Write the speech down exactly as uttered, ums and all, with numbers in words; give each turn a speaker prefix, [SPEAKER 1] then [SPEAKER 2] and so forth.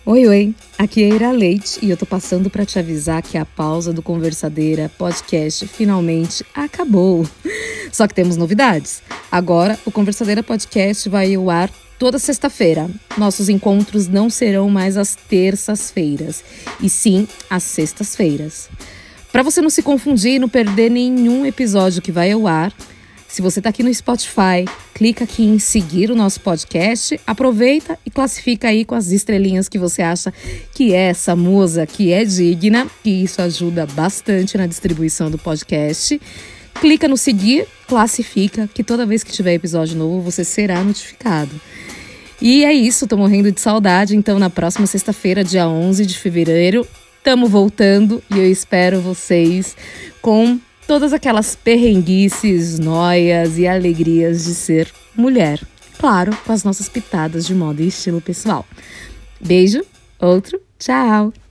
[SPEAKER 1] Oi, oi, aqui é Ira Leite e eu tô passando para te avisar que a pausa do Conversadeira Podcast finalmente acabou. Só que temos novidades. Agora, o Conversadeira Podcast vai ao ar toda sexta-feira. Nossos encontros não serão mais às terças-feiras, e sim às sextas-feiras. Para você não se confundir e não perder nenhum episódio que vai ao ar, se você está aqui no Spotify, clica aqui em seguir o nosso podcast, aproveita e classifica aí com as estrelinhas que você acha que é essa musa que é digna, que isso ajuda bastante na distribuição do podcast. Clica no seguir, classifica, que toda vez que tiver episódio novo você será notificado. E é isso, tô morrendo de saudade, então na próxima sexta-feira, dia onze de fevereiro, tamo voltando e eu espero vocês com todas aquelas perrenguices, noias e alegrias de ser mulher. Claro, com as nossas pitadas de moda e estilo pessoal. Beijo, outro, tchau!